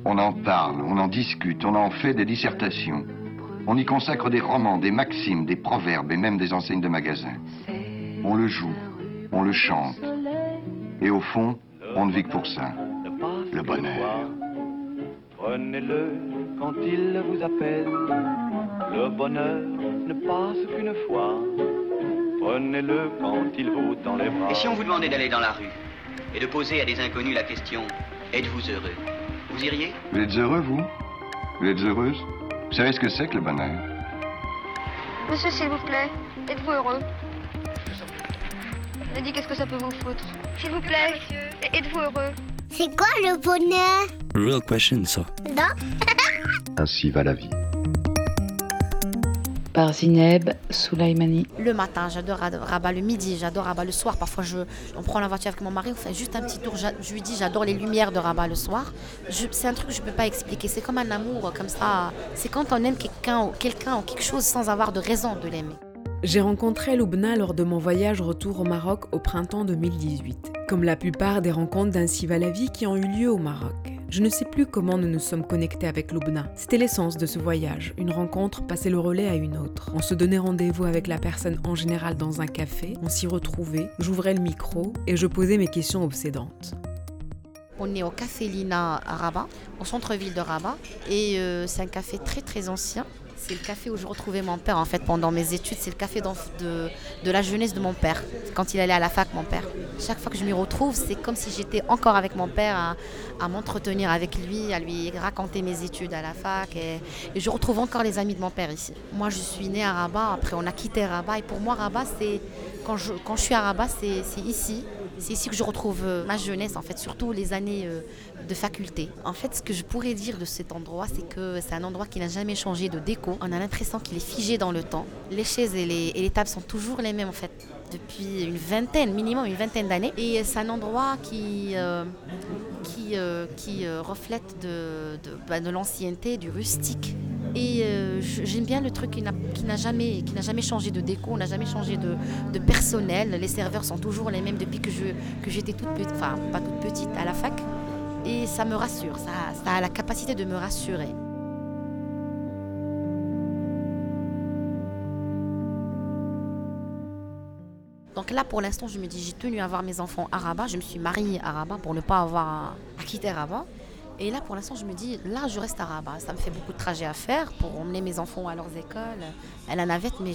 On en parle, on en discute, on en fait des dissertations. On y consacre des romans, des maximes, des proverbes et même des enseignes de magasins. On le joue, on le chante. Et au fond, on ne vit que pour ça. Le bonheur. Prenez-le quand il vous appelle. Le bonheur ne passe qu'une fois. Prenez-le quand il vous tend les bras. Et si on vous demandait d'aller dans la rue et de poser à des inconnus la question « Êtes-vous heureux ?» Vous iriez ? Vous êtes heureux, vous ? Vous êtes heureuse ? Vous savez ce que c'est que le bonheur ? Monsieur, s'il vous plaît, êtes-vous heureux ? Je dis, qu'est-ce que ça peut vous foutre ? S'il vous plaît, êtes-vous heureux ? C'est quoi le bonheur ? Real question, ça. Non. Ainsi va la vie. Par Zineb Soulaimani. Le matin, j'adore Rabat, le midi, j'adore Rabat le soir. Parfois, on prend la voiture avec mon mari, on fait juste un petit tour. Je lui dis, j'adore les lumières de Rabat le soir. C'est un truc que je ne peux pas expliquer. C'est comme un amour, comme ça. C'est quand on aime quelqu'un ou quelque chose sans avoir de raison de l'aimer. J'ai rencontré Loubna lors de mon voyage retour au Maroc au printemps 2018. Comme la plupart des rencontres d'Ainsi va la vie qui ont eu lieu au Maroc. Je ne sais plus comment nous nous sommes connectés avec Loubna. C'était l'essence de ce voyage, une rencontre, passer le relais à une autre. On se donnait rendez-vous avec la personne en général dans un café, on s'y retrouvait, j'ouvrais le micro et je posais mes questions obsédantes. On est au Café Lina à Rabat, au centre-ville de Rabat, et c'est un café très très ancien. C'est le café où je retrouvais mon père en fait pendant mes études. C'est le café de la jeunesse de mon père, quand il allait à la fac, mon père. Chaque fois que je m'y retrouve, c'est comme si j'étais encore avec mon père à m'entretenir avec lui, à lui raconter mes études à la fac. Et je retrouve encore les amis de mon père ici. Moi, je suis née à Rabat, après on a quitté Rabat. Et pour moi, Rabat, quand je suis à Rabat, c'est ici. C'est ici que je retrouve ma jeunesse, en fait, surtout les années de faculté. En fait, ce que je pourrais dire de cet endroit, c'est que c'est un endroit qui n'a jamais changé de déco. On a l'impression qu'il est figé dans le temps. Les chaises et les tables sont toujours les mêmes, en fait, depuis minimum une vingtaine d'années. Et c'est un endroit qui reflète de l'ancienneté, du rustique. Et j'aime bien le truc qui n'a jamais changé de déco, n'a jamais changé de personnel. Les serveurs sont toujours les mêmes depuis que j'étais toute petite, enfin pas toute petite, à la fac. Et ça me rassure, ça a la capacité de me rassurer. Donc là, pour l'instant, je me dis, j'ai tenu à avoir mes enfants à Rabat. Je me suis mariée à Rabat pour ne pas avoir à quitter Rabat. Et là, pour l'instant, je me dis, là, je reste à Rabat. Ça me fait beaucoup de trajets à faire pour emmener mes enfants à leurs écoles, à la navette, mais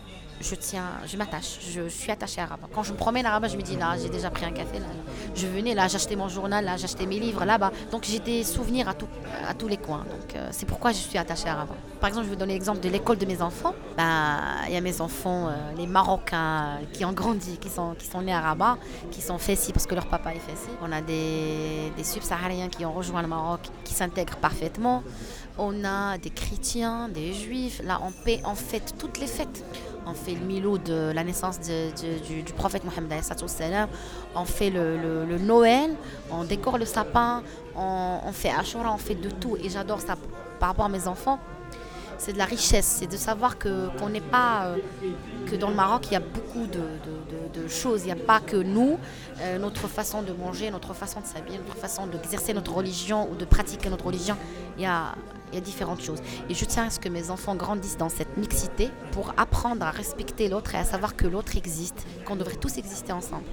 je m'attache, je suis attachée à Rabat. Quand je me promène à Rabat, je me dis, là, j'ai déjà pris un café, là. Je venais, là, j'achetais mon journal, là, j'achetais mes livres, là-bas. Donc, j'ai des souvenirs à tous les coins. Donc, c'est pourquoi je suis attachée à Rabat. Par exemple, je vais vous donner l'exemple de l'école de mes enfants. Il y a mes enfants, les Marocains qui ont grandi, qui sont nés à Rabat, qui sont fessis parce que leur papa est fessi. On a des subsahariens qui ont rejoint le Maroc, qui s'intègrent parfaitement. On a des chrétiens, des juifs. Là, on fête toutes les fêtes. On fait le milou de la naissance du prophète Mohammed alayhi salam. On fait le Noël, on décore le sapin, on fait Ashura, on fait de tout. Et j'adore ça par rapport à mes enfants. C'est de la richesse, c'est de savoir qu'on n'est pas... que dans le Maroc, il y a beaucoup de choses. Il n'y a pas que nous, notre façon de manger, notre façon de s'habiller, notre façon d'exercer notre religion ou de pratiquer notre religion. Il y a différentes choses. Et je tiens à ce que mes enfants grandissent dans cette mixité pour apprendre à respecter l'autre et à savoir que l'autre existe, qu'on devrait tous exister ensemble.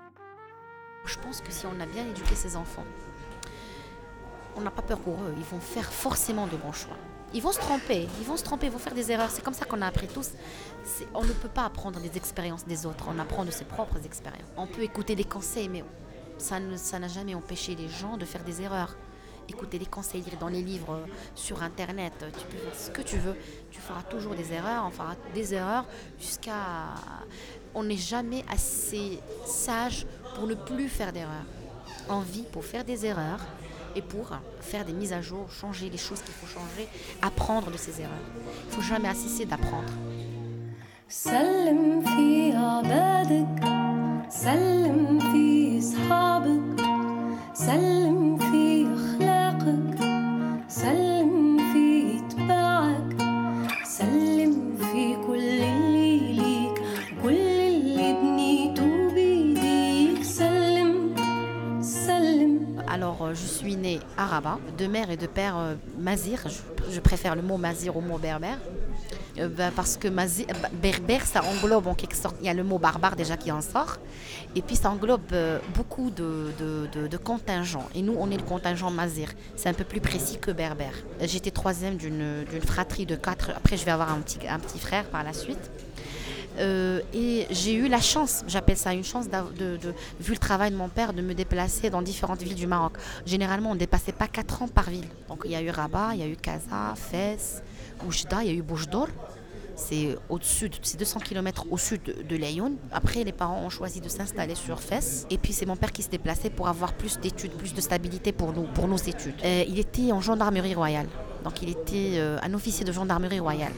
Je pense que si on a bien éduqué ses enfants, on n'a pas peur pour eux. Ils vont faire forcément de bons choix. Ils vont se tromper, ils vont faire des erreurs. C'est comme ça qu'on a appris tous. On ne peut pas apprendre des expériences des autres, on apprend de ses propres expériences. On peut écouter les conseils, mais ça n'a jamais empêché les gens de faire des erreurs. Écouter les conseils, lire dans les livres, sur Internet, tu peux faire ce que tu veux. Tu feras toujours des erreurs, on fera des erreurs jusqu'à... On n'est jamais assez sage pour ne plus faire d'erreurs. On vit pour faire des erreurs et pour faire des mises à jour, changer les choses qu'il faut changer, apprendre de ces erreurs. Il ne faut jamais cesser d'apprendre. سلم في عبادك سلم في أصحابك سلم في أخلاقك سلم في اتباعك سلم في كل اللي ليك كل اللي بنيته بيديك سلم. Alors Alors, je suis née à Rabat, de mère et de père mazir. Je préfère le mot mazir au mot berbère. Parce que berbère, ça englobe en quelque sorte, il y a le mot barbare déjà qui en sort, et puis ça englobe beaucoup de contingents. Et nous, on est le contingent mazir. C'est un peu plus précis que berbère. J'étais troisième d'une fratrie de 4. Après, je vais avoir un petit frère par la suite. Et j'ai eu la chance, j'appelle ça une chance, vu le travail de mon père, de me déplacer dans différentes villes du Maroc. Généralement, on ne dépassait pas 4 ans par ville. Donc il y a eu Rabat, il y a eu Casa, Fès, Oujda, il y a eu Boujdour. C'est au-dessus, c'est 200 km au sud de Laayoune. Après, les parents ont choisi de s'installer sur Fès. Et puis, c'est mon père qui se déplaçait pour avoir plus d'études, plus de stabilité pour nos études. Il était en gendarmerie royale. Donc, il était un officier de gendarmerie royale.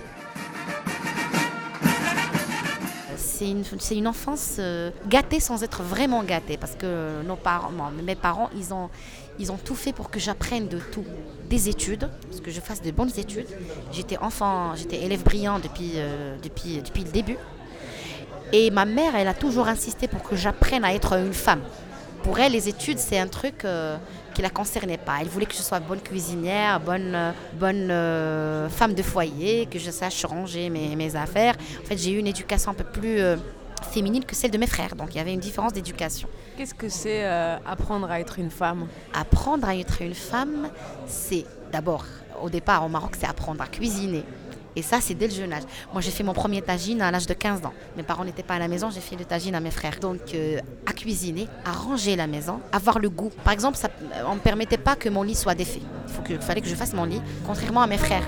C'est une enfance gâtée sans être vraiment gâtée, parce que mes parents, ils ont tout fait pour que j'apprenne de tout, des études, parce que je fasse de bonnes études. J'étais élève brillant depuis le début. Et ma mère, elle a toujours insisté pour que j'apprenne à être une femme. Pour elle, les études, c'est un truc qui ne la concernait pas. Elle voulait que je sois bonne cuisinière, bonne femme de foyer, que je sache ranger mes affaires. En fait, j'ai eu une éducation un peu plus féminine que celle de mes frères. Donc, il y avait une différence d'éducation. Qu'est-ce que c'est apprendre à être une femme ? Apprendre à être une femme, c'est d'abord, au départ, au Maroc, c'est apprendre à cuisiner. Et ça, c'est dès le jeune âge. Moi, j'ai fait mon premier tagine à l'âge de 15 ans. Mes parents n'étaient pas à la maison, j'ai fait le tagine à mes frères. Donc, à cuisiner, à ranger la maison, avoir le goût. Par exemple, on ne me permettait pas que mon lit soit défait. Il fallait que je fasse mon lit, contrairement à mes frères.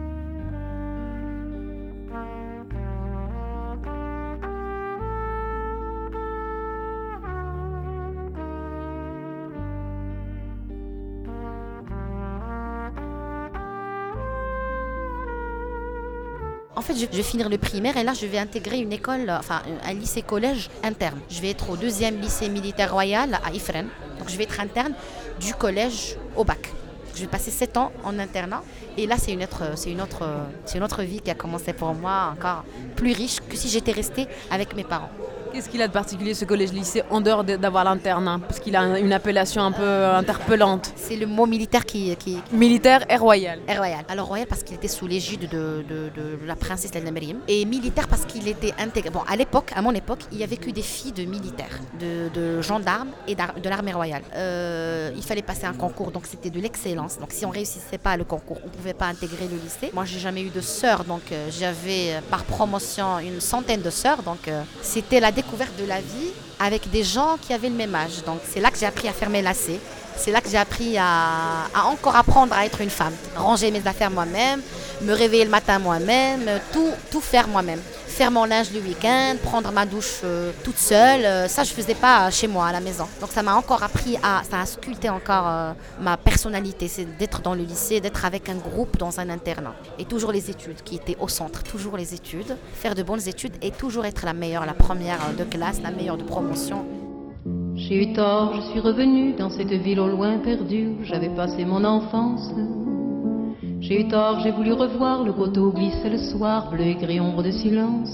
En fait, je vais finir le primaire et là, je vais intégrer une école, un lycée-collège interne. Je vais être au 2e lycée militaire royal à Ifrane. Donc, je vais être interne du collège au bac. Je vais passer 7 ans en internat. Et là, c'est une autre vie qui a commencé pour moi, encore plus riche que si j'étais restée avec mes parents. Qu'est-ce qu'il a de particulier, ce collège-lycée, en dehors d'avoir l'internat ? Parce qu'il a une appellation un peu interpellante. C'est le mot militaire qui... Militaire et royal. Et royal. Alors royal parce qu'il était sous l'égide de la princesse Lelna Meryem. Et militaire parce qu'il était intégré... Bon, à mon époque, il n'y avait que des filles de militaires, de gendarmes et de l'armée royale. Il fallait passer un concours, donc c'était de l'excellence. Donc si on ne réussissait pas le concours, on ne pouvait pas intégrer le lycée. Moi, j'ai jamais eu de sœurs, donc j'avais par promotion une centaine de sœurs. Donc c'était la découverte de la vie avec des gens qui avaient le même âge. Donc c'est là que j'ai appris à faire mes lacets. C'est là que j'ai appris à encore apprendre à être une femme. Ranger mes affaires moi-même, me réveiller le matin moi-même, tout faire moi-même. Faire mon linge le week-end, prendre ma douche toute seule. Ça, je ne faisais pas chez moi, à la maison. Donc ça m'a encore appris ça a sculpté encore ma personnalité. C'est d'être dans le lycée, d'être avec un groupe dans un internat. Et toujours les études qui étaient au centre. Toujours les études. Faire de bonnes études et toujours être la meilleure, la première de classe, la meilleure de promotion. J'ai eu tort, je suis revenue dans cette ville au loin perdue où j'avais passé mon enfance. J'ai eu tort, j'ai voulu revoir le coteau glisser le soir, bleu et gris ombre de silence.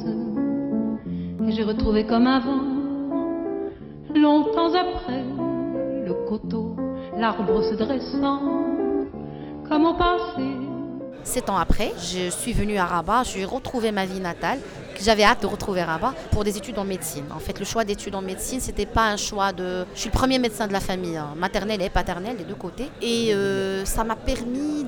Et j'ai retrouvé comme avant, longtemps après, le coteau, l'arbre se dressant, comme au passé. 7 ans après, je suis venue à Rabat, j'ai retrouvé ma vie natale. J'avais hâte de retrouver Rabat pour des études en médecine. En fait, le choix d'études en médecine, c'était pas un choix de... Je suis le premier médecin de la famille, maternelle et paternelle, des deux côtés. Et ça m'a permis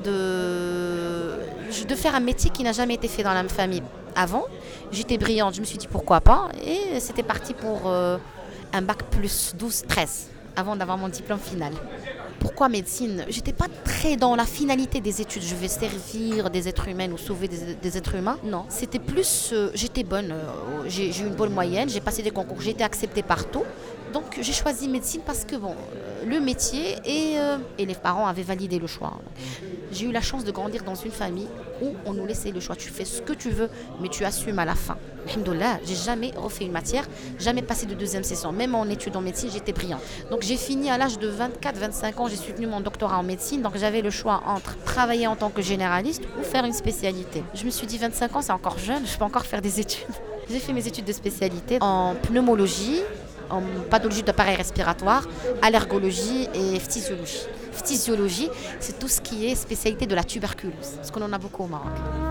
de faire un métier qui n'a jamais été fait dans la famille avant. J'étais brillante, je me suis dit pourquoi pas. Et c'était parti pour un bac plus 12-13, avant d'avoir mon diplôme final. Pourquoi médecine ? J'étais pas très dans la finalité des études. Je vais servir des êtres humains ou sauver des êtres humains. Non, c'était plus... j'étais bonne. J'ai eu une bonne moyenne. J'ai passé des concours. J'ai été acceptée partout. Donc j'ai choisi médecine parce que le métier et les parents avaient validé le choix. J'ai eu la chance de grandir dans une famille où on nous laissait le choix. Tu fais ce que tu veux, mais tu assumes à la fin. Alhamdoulilah, j'ai jamais refait une matière, jamais passé de 2e session. Même en études en médecine, j'étais brillante. Donc j'ai fini à l'âge de 24-25 ans, j'ai soutenu mon doctorat en médecine. Donc j'avais le choix entre travailler en tant que généraliste ou faire une spécialité. Je me suis dit 25 ans, c'est encore jeune, je peux encore faire des études. J'ai fait mes études de spécialité en pneumologie en pathologie d'appareil respiratoire, allergologie et phthysiologie. Phthysiologie, c'est tout ce qui est spécialité de la tuberculose, parce qu'on en a beaucoup au Maroc.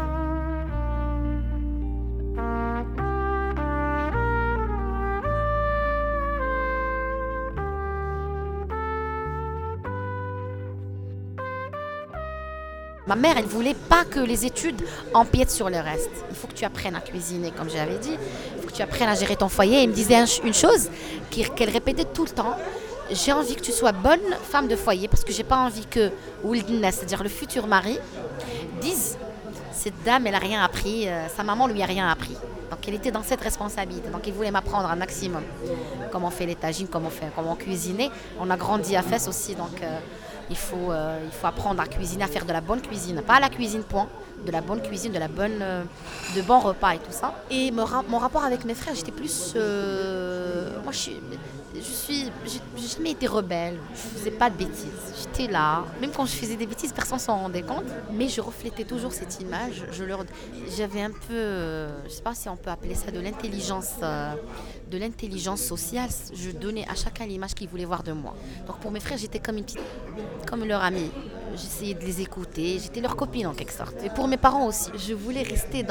Ma mère, elle ne voulait pas que les études empiètent sur le reste. Il faut que tu apprennes à cuisiner, comme j'avais dit. Il faut que tu apprennes à gérer ton foyer. Elle me disait une chose qu'elle répétait tout le temps. J'ai envie que tu sois bonne femme de foyer parce que j'ai pas envie que Ouldna, c'est-à-dire le futur mari, dise cette dame, elle n'a rien appris, sa maman lui a rien appris. Donc elle était dans cette responsabilité. Donc elle voulait m'apprendre un maximum comment on fait les tagines, comment cuisiner. On a grandi à Fès aussi, donc il faut apprendre à cuisiner, à faire de la bonne cuisine. Pas la cuisine point, de la bonne cuisine, de bons repas et tout ça. Et mon rapport avec mes frères, j'étais plus... moi, j'ai jamais été rebelle, je faisais pas de bêtises. J'étais là, même quand je faisais des bêtises, personne s'en rendait compte. Mais je reflétais toujours cette image. J'avais un peu, je sais pas si on peut appeler ça de l'intelligence sociale. Je donnais à chacun l'image qu'il voulait voir de moi. Donc pour mes frères, j'étais comme leur amie. J'essayais de les écouter, j'étais leur copine en quelque sorte. Et pour mes parents aussi, je voulais rester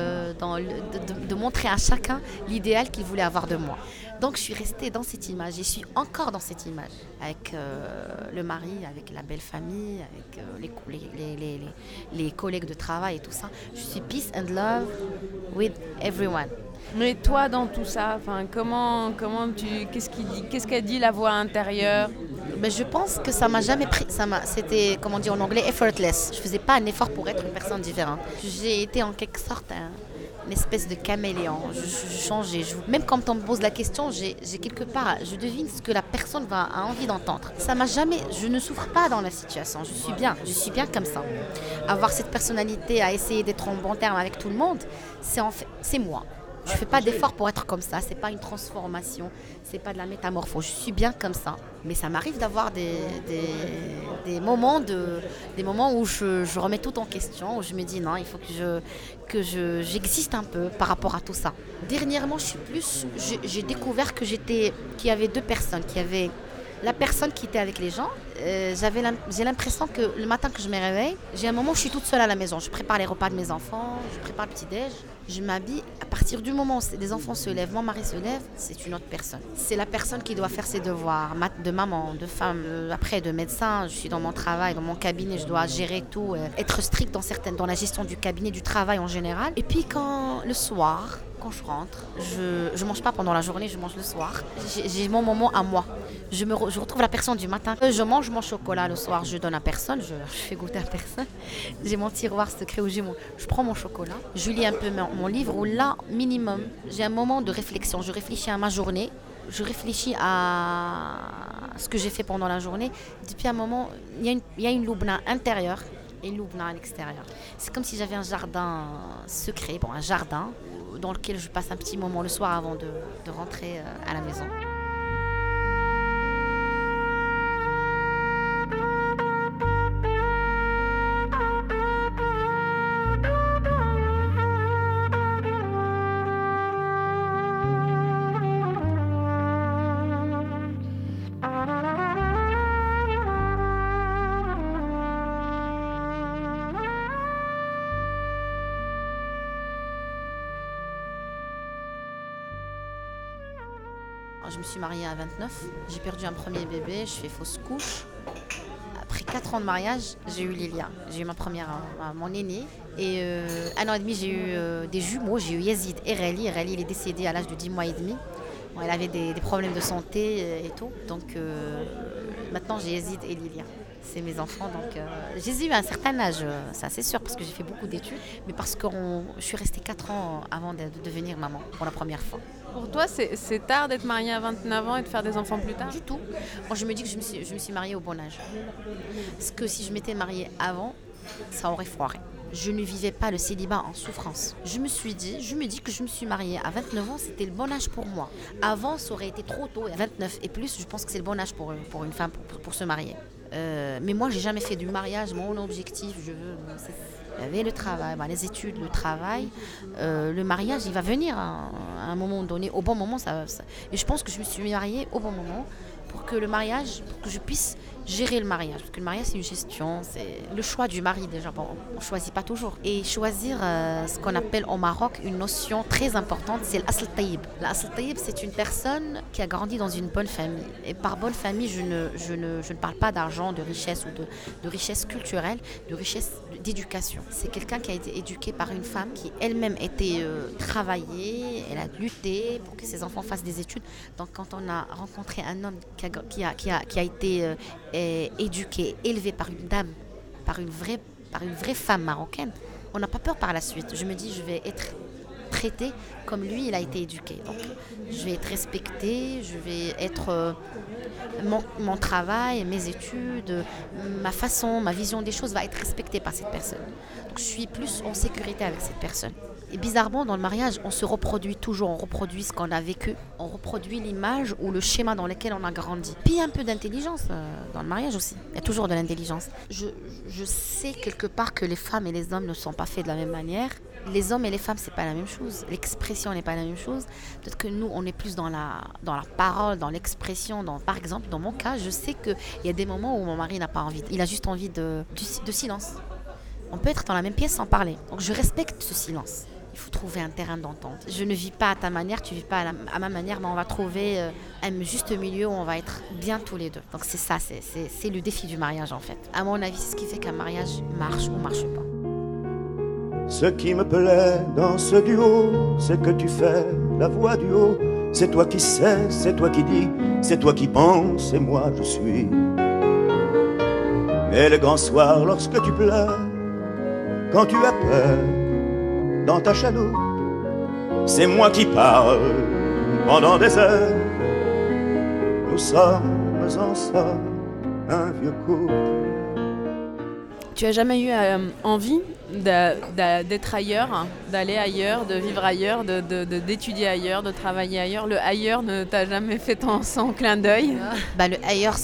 de montrer à chacun l'idéal qu'ils voulaient avoir de moi. Donc je suis restée dans cette image, et je suis encore dans cette image, avec le mari, avec la belle famille, avec les collègues de travail et tout ça. Je suis peace and love with everyone. Mais toi, dans tout ça, qu'est-ce qu'a dit la voix intérieure? Mais je pense que ça m'a jamais pris. C'était, comment dire en anglais, effortless. Je faisais pas un effort pour être une personne différente. J'ai été en quelque sorte une espèce de caméléon. Je changeais. Même quand on me pose la question, j'ai quelque part, je devine ce que la personne a envie d'entendre. Ça m'a jamais. Je ne souffre pas dans la situation. Je suis bien comme ça. Avoir cette personnalité, à essayer d'être en bon terme avec tout le monde, c'est moi. Je ne fais pas d'effort pour être comme ça, c'est pas une transformation, c'est pas de la métamorphose, je suis bien comme ça. Mais ça m'arrive d'avoir des moments où je remets tout en question, où je me dis non, il faut que j'existe un peu par rapport à tout ça. Dernièrement, j'ai découvert qu'il y avait deux personnes, qu'il y avait la personne qui était avec les gens. J'ai l'impression que le matin que je me réveille, j'ai un moment où je suis toute seule à la maison. Je prépare les repas de mes enfants, je prépare le petit-déj, je m'habille. À partir du moment où les enfants se lèvent, mon mari se lève, c'est une autre personne. C'est la personne qui doit faire ses devoirs, de maman, de femme, après de médecin. Je suis dans mon travail, dans mon cabinet, je dois gérer tout, être stricte dans la gestion du cabinet, du travail en général. Et puis le soir, quand je rentre, je mange pas pendant la journée, je mange le soir. J'ai mon moment à moi. Je retrouve la personne du matin. Je mange mon chocolat le soir, je donne à personne, je fais goûter à personne. J'ai mon tiroir secret où je prends mon chocolat, je lis un peu mon livre, où là, minimum, j'ai un moment de réflexion. Je réfléchis à ma journée, je réfléchis à ce que j'ai fait pendant la journée. Depuis un moment, il y a une Loubna intérieure et une Loubna à l'extérieur. C'est comme si j'avais un jardin secret, un jardin dans lequel je passe un petit moment le soir avant de rentrer à la maison. Je me suis mariée à 29, j'ai perdu un premier bébé, je fais fausse couche. Après 4 ans de mariage, j'ai eu Lilia. J'ai eu mon aînée. Et 1 an et demi, j'ai eu des jumeaux. J'ai eu Yazid et Reli. Reli, il est décédé à l'âge de 10 mois et demi. Bon, elle avait des problèmes de santé et tout. Donc maintenant, j'ai Yazid et Lilia. C'est mes enfants. Donc j'ai eu un certain âge, ça c'est sûr, parce que j'ai fait beaucoup d'études. Mais parce que je suis restée 4 ans avant de devenir maman pour la première fois. Pour toi, c'est tard d'être mariée à 29 ans et de faire des enfants plus tard? Du tout. Moi, je me dis que je me suis mariée au bon âge. Parce que si je m'étais mariée avant, ça aurait foiré. Je ne vivais pas le célibat en souffrance. Je me dis que je me suis mariée à 29 ans, c'était le bon âge pour moi. Avant, ça aurait été trop tôt. À 29 et plus, je pense que c'est le bon âge pour une femme pour se marier. Mais moi, j'ai jamais fait du mariage. Mon objectif, Il y avait le travail, les études, le travail, le mariage, il va venir à un moment donné, au bon moment. Et je pense que je me suis mariée au bon moment pour que je puisse gérer le mariage. Parce que le mariage, c'est une gestion, c'est le choix du mari déjà. Bon, on ne choisit pas toujours. Et choisir ce qu'on appelle au Maroc une notion très importante, c'est l'asl taïb. L'asl taïb, c'est une personne qui a grandi dans une bonne famille. Et par bonne famille, je ne parle pas d'argent, de richesse ou de richesse culturelle, de richesse d'éducation. C'est quelqu'un qui a été éduqué par une femme qui elle-même était travaillée, elle a lutté pour que ses enfants fassent des études. Donc quand on a rencontré un homme qui a été éduqué, élevé par une dame, par une vraie femme marocaine, on n'a pas peur par la suite. Je me dis, je vais être traitée comme lui, il a été éduqué. Donc, je vais être respectée, je vais être... mon travail, mes études, ma façon, ma vision des choses va être respectée par cette personne. Donc, je suis plus en sécurité avec cette personne. Et bizarrement, dans le mariage, on se reproduit toujours, on reproduit ce qu'on a vécu, on reproduit l'image ou le schéma dans lequel on a grandi. Puis il y a un peu d'intelligence dans le mariage aussi, il y a toujours de l'intelligence. Je sais quelque part que les femmes et les hommes ne sont pas faits de la même manière. Les hommes et les femmes, c'est pas la même chose. L'expression n'est pas la même chose. Peut-être que nous, on est plus dans la parole, dans l'expression. Par exemple, dans mon cas, je sais qu'il y a des moments où mon mari n'a pas envie. Il a juste envie de silence. On peut être dans la même pièce sans parler. Donc je respecte ce silence. Il faut trouver un terrain d'entente. Je ne vis pas à ta manière, tu ne vis pas à ma manière, mais on va trouver un juste milieu où on va être bien tous les deux. Donc c'est ça, c'est le défi du mariage en fait. À mon avis, c'est ce qui fait qu'un mariage marche ou marche pas. Ce qui me plaît dans ce duo, c'est que tu fais la voix du haut. C'est toi qui sais, c'est toi qui dis, c'est toi qui penses et moi je suis. Mais le grand soir lorsque tu pleures, quand tu as peur dans ta chaloupe, c'est moi qui parle pendant des heures. Nous sommes ensemble un vieux couple. Tu as jamais eu envie d'être ailleurs, d'aller ailleurs, de vivre ailleurs, d'étudier ailleurs, de travailler ailleurs? Le ailleurs ne t'a jamais fait son clin d'œil? Le ailleurs,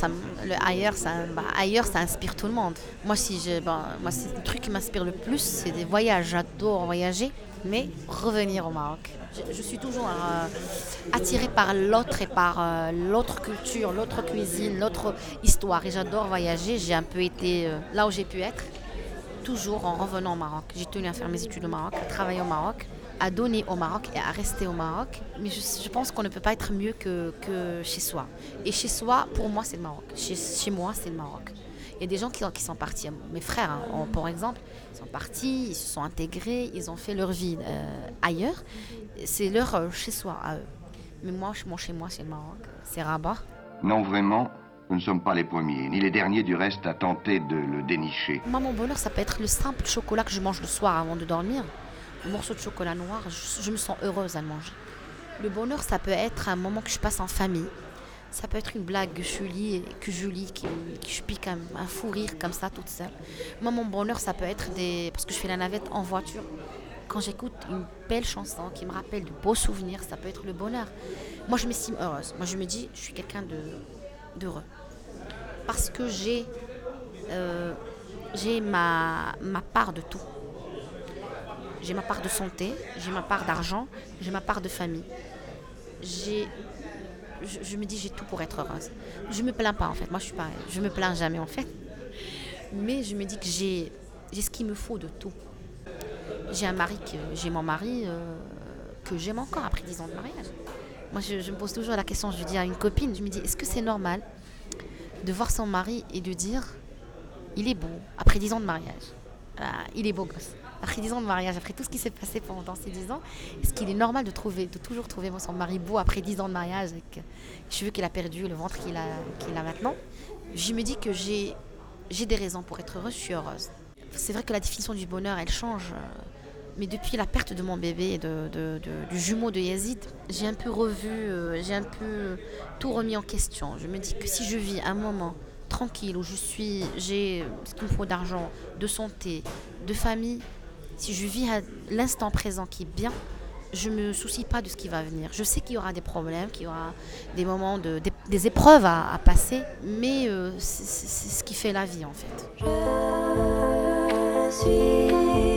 ça inspire tout le monde. Moi, c'est le truc qui m'inspire le plus, c'est des voyages. J'adore voyager, mais revenir au Maroc. Je suis toujours attirée par l'autre et par l'autre culture, l'autre cuisine, l'autre histoire. Et j'adore voyager. J'ai un peu été là où j'ai pu être, toujours en revenant au Maroc. J'ai tenu à faire mes études au Maroc, à travailler au Maroc, à donner au Maroc et à rester au Maroc. Mais je pense qu'on ne peut pas être mieux que chez soi. Et chez soi, pour moi, c'est le Maroc. Chez moi, c'est le Maroc. Il y a des gens qui sont partis, mes frères, par exemple, ils sont partis, ils se sont intégrés, ils ont fait leur vie ailleurs. C'est leur chez-soi à eux. Mais moi, chez moi, c'est le Maroc, c'est Rabat. Non, vraiment, nous ne sommes pas les premiers, ni les derniers du reste à tenter de le dénicher. Moi, mon bonheur, ça peut être le simple chocolat que je mange le soir avant de dormir. Le morceau de chocolat noir, je me sens heureuse à le manger. Le bonheur, ça peut être un moment que je passe en famille. Ça peut être une blague que je lis, que je pique un fou rire comme ça, toute seule. Moi, mon bonheur, ça peut être parce que je fais la navette en voiture. Quand j'écoute une belle chanson qui me rappelle de beaux souvenirs, ça peut être le bonheur. Moi, je m'estime heureuse. Moi, je me dis, je suis quelqu'un d'heureux. Parce que j'ai ma part de tout. J'ai ma part de santé, j'ai ma part d'argent, j'ai ma part de famille. Je me dis, j'ai tout pour être heureuse. Je me plains pas, en fait. Moi, je suis pareille. Je me plains jamais, en fait. Mais je me dis que j'ai ce qu'il me faut de tout. J'ai mon mari que j'aime encore après 10 ans de mariage. Moi, je me pose toujours la question, je dis à une copine, je me dis, est-ce que c'est normal de voir son mari et de dire, il est beau, après 10 ans de mariage. Il est beau gosse. Après 10 ans de mariage, après tout ce qui s'est passé pendant ces 10 ans, est-ce qu'il est normal de toujours trouver son mari beau après 10 ans de mariage avec les cheveux qu'il a perdus, le ventre qu'il a maintenant? Je me dis que j'ai des raisons pour être heureuse, je suis heureuse. C'est vrai que la définition du bonheur, elle change. Mais depuis la perte de mon bébé et du jumeau de Yazid, j'ai un peu j'ai un peu tout remis en question. Je me dis que si je vis un moment tranquille où j'ai ce qu'il me faut d'argent, de santé, de famille, si je vis à l'instant présent qui est bien, je ne me soucie pas de ce qui va venir. Je sais qu'il y aura des problèmes, qu'il y aura des moments, des épreuves à passer, mais c'est ce qui fait la vie en fait. Je suis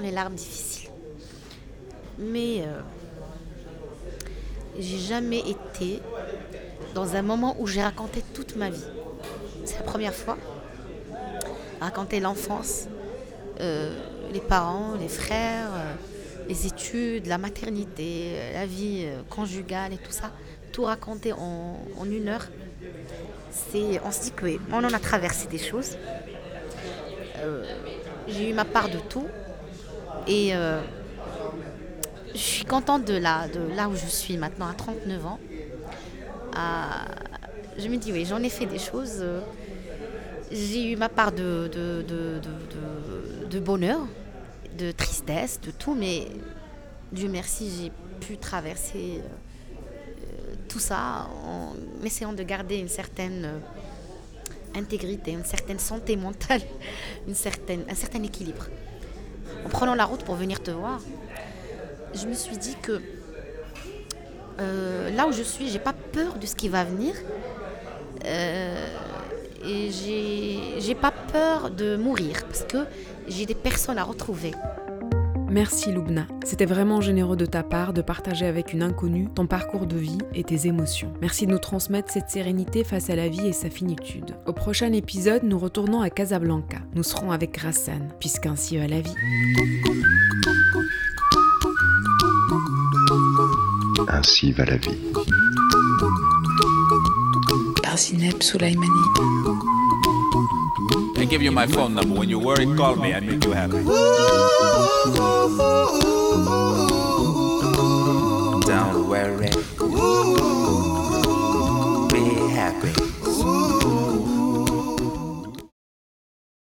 les larmes difficiles. Mais j'ai jamais été dans un moment où j'ai raconté toute ma vie. C'est la première fois. Raconter l'enfance, les parents, les frères, les études, la maternité, la vie conjugale et tout ça. Tout raconter en 1 heure. On se dit qu'on en a traversé des choses. J'ai eu ma part de tout. Et je suis contente de là où je suis maintenant, à 39 ans. Je me dis, oui, j'en ai fait des choses. J'ai eu ma part de bonheur, de tristesse, de tout. Mais Dieu merci, j'ai pu traverser tout ça en essayant de garder une certaine intégrité, une certaine santé mentale, un certain équilibre. En prenant la route pour venir te voir, je me suis dit que là où je suis, j'ai pas peur de ce qui va venir et j'ai pas peur de mourir parce que j'ai des personnes à retrouver. Merci Loubna, c'était vraiment généreux de ta part de partager avec une inconnue ton parcours de vie et tes émotions. Merci de nous transmettre cette sérénité face à la vie et sa finitude. Au prochain épisode, nous retournons à Casablanca. Nous serons avec Rassane, puisqu'ainsi va la vie. Ainsi va la vie. Par Zineb Soulaïmani. I give you my phone number. When you're worried, call me. I make you happy.